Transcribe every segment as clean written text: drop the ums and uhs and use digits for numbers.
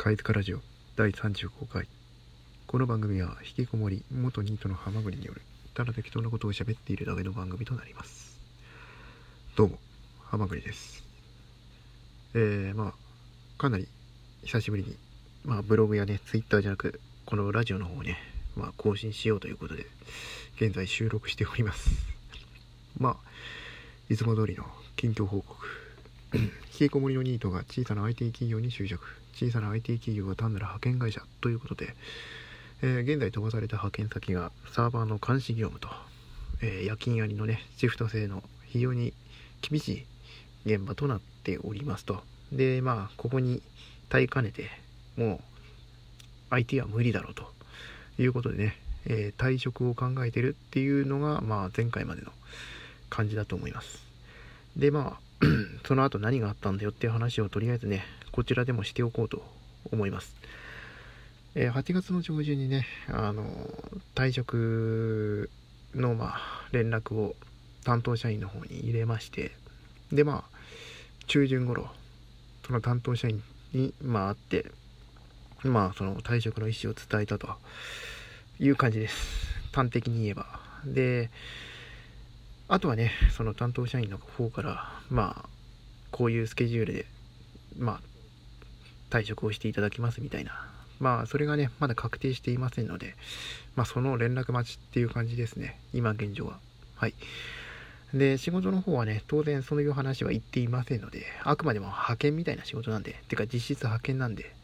貝塚ラジオ第35回。この番組は引きこもり元ニートのハマグリによるただ適当なことを喋っているだけの番組となります。どうもハマグリです。かなり久しぶりにブログやねツイッターじゃなくこのラジオの方をね更新しようということで現在収録しております。いつも通りの近況報告。引きこもりのニートが小さな IT 企業に就職、小さな IT 企業が単なる派遣会社ということで、現在飛ばされた派遣先がサーバーの監視業務と、夜勤ありのねシフト制の非常に厳しい現場となっておりますと。でここに耐えかねてもう IT は無理だろうということでね、退職を考えてるっていうのが前回までの感じだと思います。でその後何があったんだよっていう話をとりあえずねこちらでもしておこうと思います。8月の上旬にね退職の連絡を担当社員の方に入れまして、で中旬頃その担当社員に会ってその退職の意思を伝えたという感じです、端的に言えば。であとはねその担当社員の方からこういうスケジュールで退職をしていただきますみたいなそれがねまだ確定していませんのでその連絡待ちっていう感じですね今現状は。はい。で仕事の方はね当然そういう話は言っていませんので、あくまでも派遣みたいな仕事なんで、てか実質派遣なんで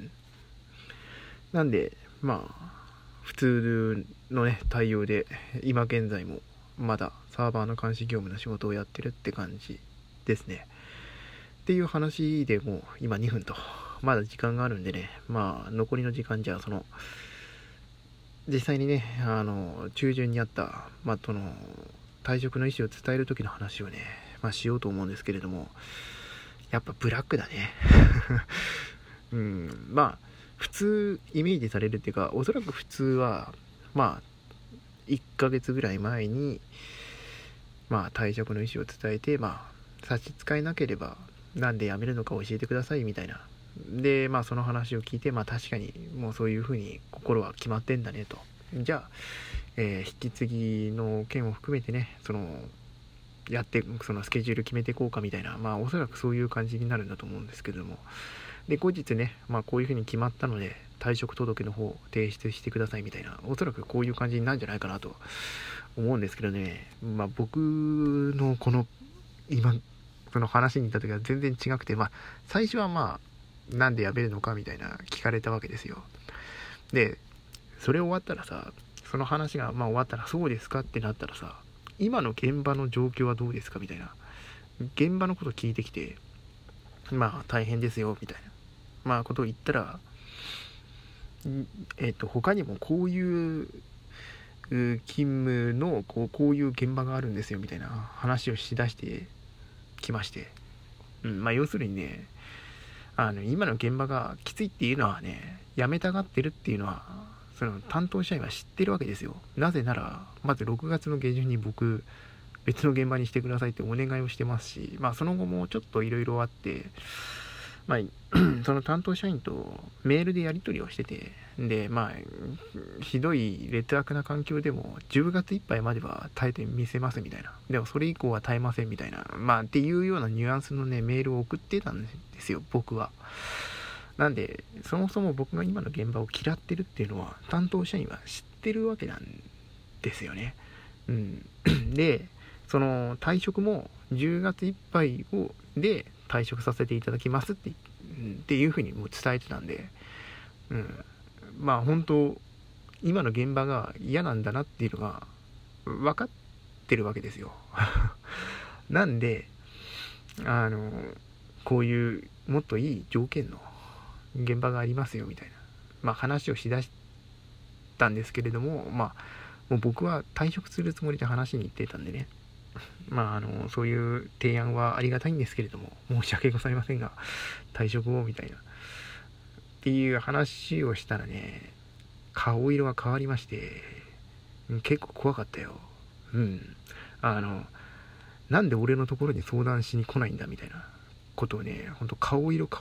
なんで普通のね対応で今現在もまだサーバーの監視業務の仕事をやってるって感じですね。っていう話でもう今2分とまだ時間があるんでね、残りの時間じゃ実際にね中旬にあったその退職の意思を伝える時の話をねしようと思うんですけれども、やっぱブラックだね普通イメージされるっていうか、おそらく普通は1ヶ月ぐらい前に退職の意思を伝えて差し支えなければなんで辞めるのか教えてくださいみたいな。でその話を聞いて確かにもうそういうふうに心は決まってんだねと。じゃあ、引き継ぎの件を含めてねやってそのスケジュール決めていこうかみたいなおそらくそういう感じになるんだと思うんですけれども、で後日ねこういうふうに決まったので退職届の方を提出してくださいみたいな、おそらくこういう感じになるんじゃないかなと思うんですけどね。僕のこの今その話に行った時は全然違くて、最初はなんで辞めるのかみたいな聞かれたわけですよ。でそれ終わったらさ、その話が終わったらそうですかってなったらさ、今の現場の状況はどうですかみたいな、現場のこと聞いてきて大変ですよみたいなことを言ったら、他にもこういう勤務のこういう現場があるんですよみたいな話をしだしてきまして、要するにね今の現場がきついっていうのはね、辞めたがってるっていうのはその担当社員は知ってるわけですよ。なぜならまず6月の下旬に僕別の現場にしてくださいってお願いをしてますし、その後もちょっといろいろあってその担当社員とメールでやり取りをしてて、でひどい劣悪な環境でも10月いっぱいまでは耐えてみせますみたいな、でもそれ以降は耐えませんみたいなっていうようなニュアンスのねメールを送ってたんですよ僕は。なんでそもそも僕が今の現場を嫌ってるっていうのは担当社員は知ってるわけなんですよね。でその退職も10月いっぱいで退職させていただきますっていうふうにもう伝えてたんで、本当今の現場が嫌なんだなっていうのが分かってるわけですよなんでこういうもっといい条件の現場がありますよみたいな話をしだしたんですけれども、もう僕は退職するつもりで話に行ってたんでね、そういう提案はありがたいんですけれども申し訳ございませんが退職をみたいなっていう話をしたらね、顔色が変わりまして、結構怖かったよ。なんで俺のところに相談しに来ないんだみたいなことをね、ほんと顔色変わ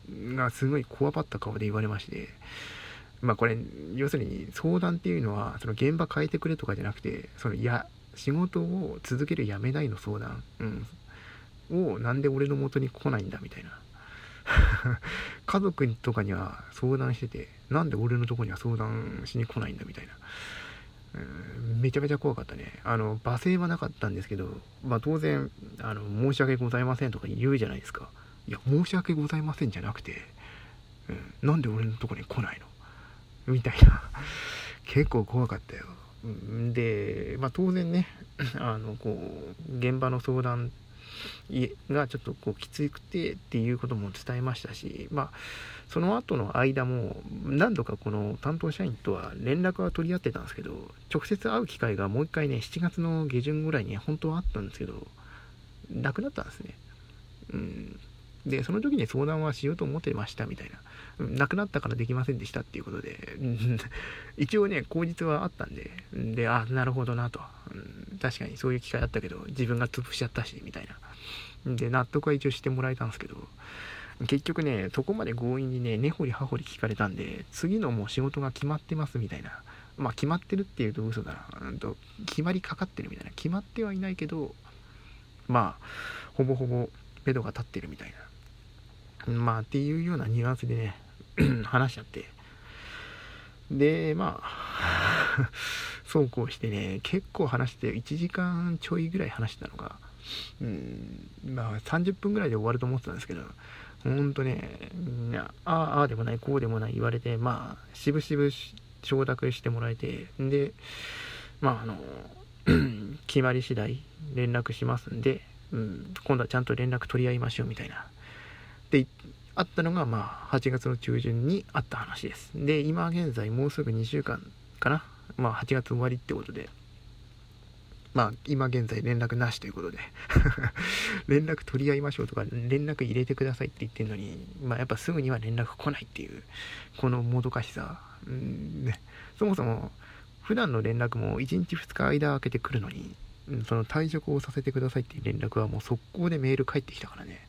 がすごいこわばった顔で言われまして、まあこれ要するに相談っていうのはその現場変えてくれとかじゃなくて、その仕事を続けるやめないの相談、をなんで俺の元に来ないんだみたいな家族とかには相談してて、なんで俺のとこには相談しに来ないんだみたいな。めちゃめちゃ怖かったね。罵声はなかったんですけど、まあ当然申し訳ございませんとか言うじゃないですか。いや申し訳ございませんじゃなくて、なんで俺のとこに来ないのみたいな結構怖かったよ。で、まあ当然ね現場の相談がちょっときつくてっていうことも伝えましたし、まあその後の間も何度かこの担当社員とは連絡は取り合ってたんですけど、直接会う機会がもう一回ね、7月の下旬ぐらいに本当はあったんですけど、なくなったんですね。でその時に相談はしようと思ってましたみたいな、なくなったからできませんでしたっていうことで一応ね口実はあったんで、なるほどなと、確かにそういう機会あったけど自分が潰しちゃったしみたいなで納得は一応してもらえたんですけど、結局ねそこまで強引にね根掘り葉掘り聞かれたんで、次のもう仕事が決まってますみたいな、まあ決まってるっていうと嘘だな、決まりかかってるみたいな、決まってはいないけどまあほぼほぼ目処が立ってるみたいな、まあっていうようなニュアンスでね話しちゃって、でまあそうこうしてね結構話して1時間ちょいぐらい話したのが、まあ30分ぐらいで終わると思ってたんですけど、ほんとね、ああでもないこうでもない言われて、まあしぶしぶ承諾してもらえて、でまあ決まり次第連絡しますんで、今度はちゃんと連絡取り合いましょうみたいなであったのが、まあ8月の中旬にあった話です。で今現在もうすぐ2週間かな、まあ8月終わりってことで、まあ今現在連絡なしということで連絡取り合いましょうとか連絡入れてくださいって言ってるのに、まあやっぱすぐには連絡来ないっていうこのもどかしさ、ね、そもそも普段の連絡も1日2日間空けてくるのに、その退職をさせてくださいっていう連絡はもう速攻でメール返ってきたからね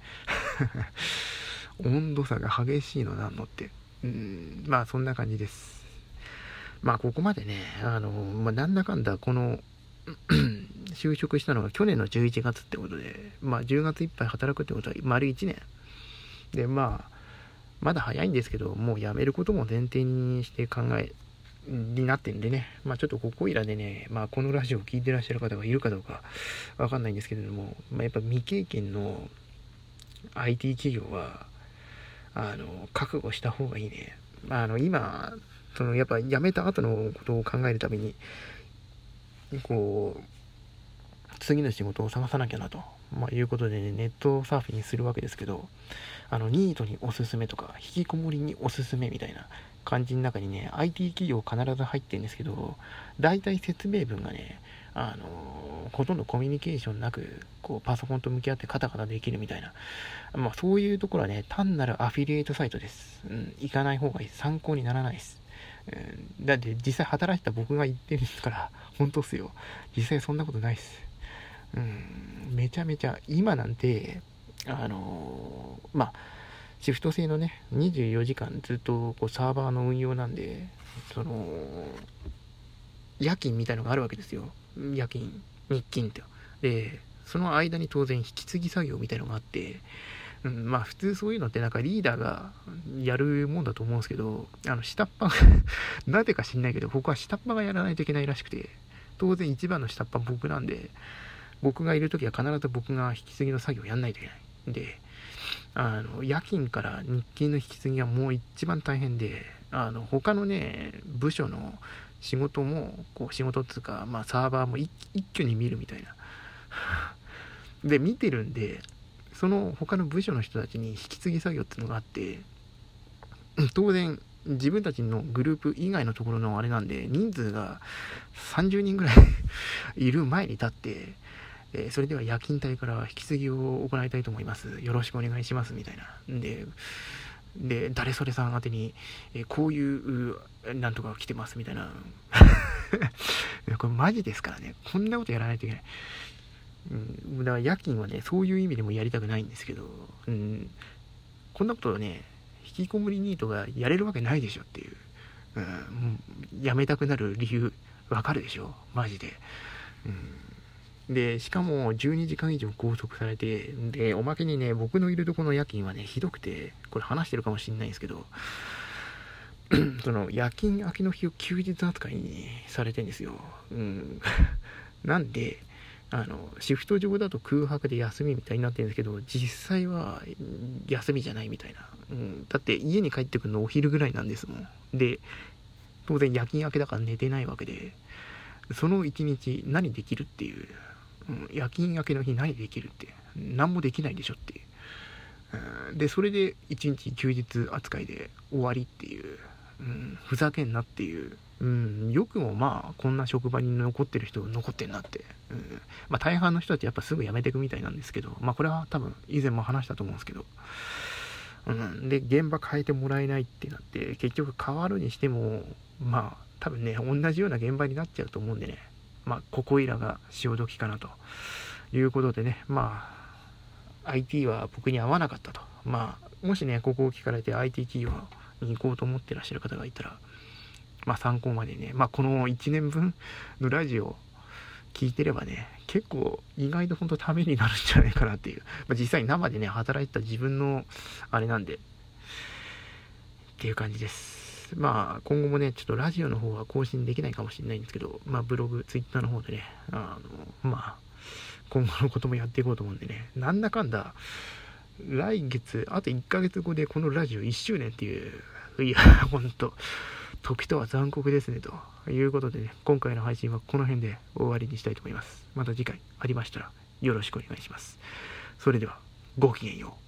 温度差が激しいのなんのって、まあそんな感じです。まあここまでねなんだかんだこの就職したのが去年の11月ってことで、まあ10月いっぱい働くってことは丸1年で、まあまだ早いんですけど、もう辞めることも前提にして考えになってんでね、まあちょっとここいらでね、まあこのラジオを聞いてらっしゃる方がいるかどうかわかんないんですけれども、まあやっぱ未経験の IT 企業は覚悟した方がいいね。今やっぱ辞めた後のことを考えるために次の仕事を探さなきゃなと、いうことでね、ネットサーフィンするわけですけど、ニートにおすすめとか引きこもりにおすすめみたいな感じの中にね IT 企業必ず入ってるんですけど、大体説明文がねほとんどコミュニケーションなくパソコンと向き合ってカタカタできるみたいな、そういうところはね単なるアフィリエイトサイトです。行かない方がいい、参考にならないです。だって実際働いてた僕が言ってるんですから、本当っすよ、実際そんなことないっす。めちゃめちゃ今なんてシフト制のね24時間ずっとサーバーの運用なんで、夜勤みたいのがあるわけですよ。夜勤日勤って、でその間に当然引き継ぎ作業みたいのがあって、普通そういうのってなんかリーダーがやるもんだと思うんですけど、下っ端なぜか知んないけど僕は下っ端がやらないといけないらしくて、当然一番の下っ端僕なんで、僕がいるときは必ず僕が引き継ぎの作業をやんないといけないで、夜勤から日勤の引き継ぎがもう一番大変で、他のね部署の仕事も仕事っつうか、サーバーも一挙に見るみたいなで見てるんで、その他の部署の人たちに引き継ぎ作業っていうのがあって、当然自分たちのグループ以外のところのあれなんで、人数が30人ぐらいいる前に立って、それでは夜勤隊から引き継ぎを行いたいと思います、よろしくお願いしますみたいなで誰それさん宛てに、こういうなんとか来てますみたいなこれマジですからね、こんなことやらないといけない。だから夜勤はねそういう意味でもやりたくないんですけど、こんなことをね引きこもりニートがやれるわけないでしょっていう、辞めたくなる理由わかるでしょマジで。でしかも12時間以上拘束されて、でおまけにね、僕のいるとこの夜勤はねひどくて、これ話してるかもしれないんですけどその夜勤明けの日を休日扱いにされてんですよ。なんでシフト上だと空白で休みみたいになってるんですけど、実際は休みじゃないみたいな。だって家に帰ってくるのお昼ぐらいなんですもん。で当然夜勤明けだから寝てないわけで、その一日何できるっていう、夜勤明けの日何できるって、何もできないでしょっていう。でそれで一日休日扱いで終わりっていう、ふざけんなっていう。よくもまあこんな職場に残ってる人残ってんなって、大半の人たちやっぱすぐ辞めていくみたいなんですけど、これは多分以前も話したと思うんですけど、で現場変えてもらえないってなって、結局変わるにしても多分ね同じような現場になっちゃうと思うんでね、ここいらが潮時かなということでね、IT は僕に合わなかったと。もしねここを聞かれて IT 企業に行こうと思ってらっしゃる方がいたら、参考までね、この1年分のラジオ聞いてればね、結構意外と本当ためになるんじゃないかなっていう、実際生でね働いてた自分のあれなんでっていう感じです。今後もねちょっとラジオの方は更新できないかもしれないんですけど、ブログツイッターの方でね今後のこともやっていこうと思うんでね、なんだかんだ来月あと1ヶ月後でこのラジオ1周年っていう、いやほんと時とは残酷ですねということでね、今回の配信はこの辺で終わりにしたいと思います。また次回ありましたらよろしくお願いします。それではごきげんよう。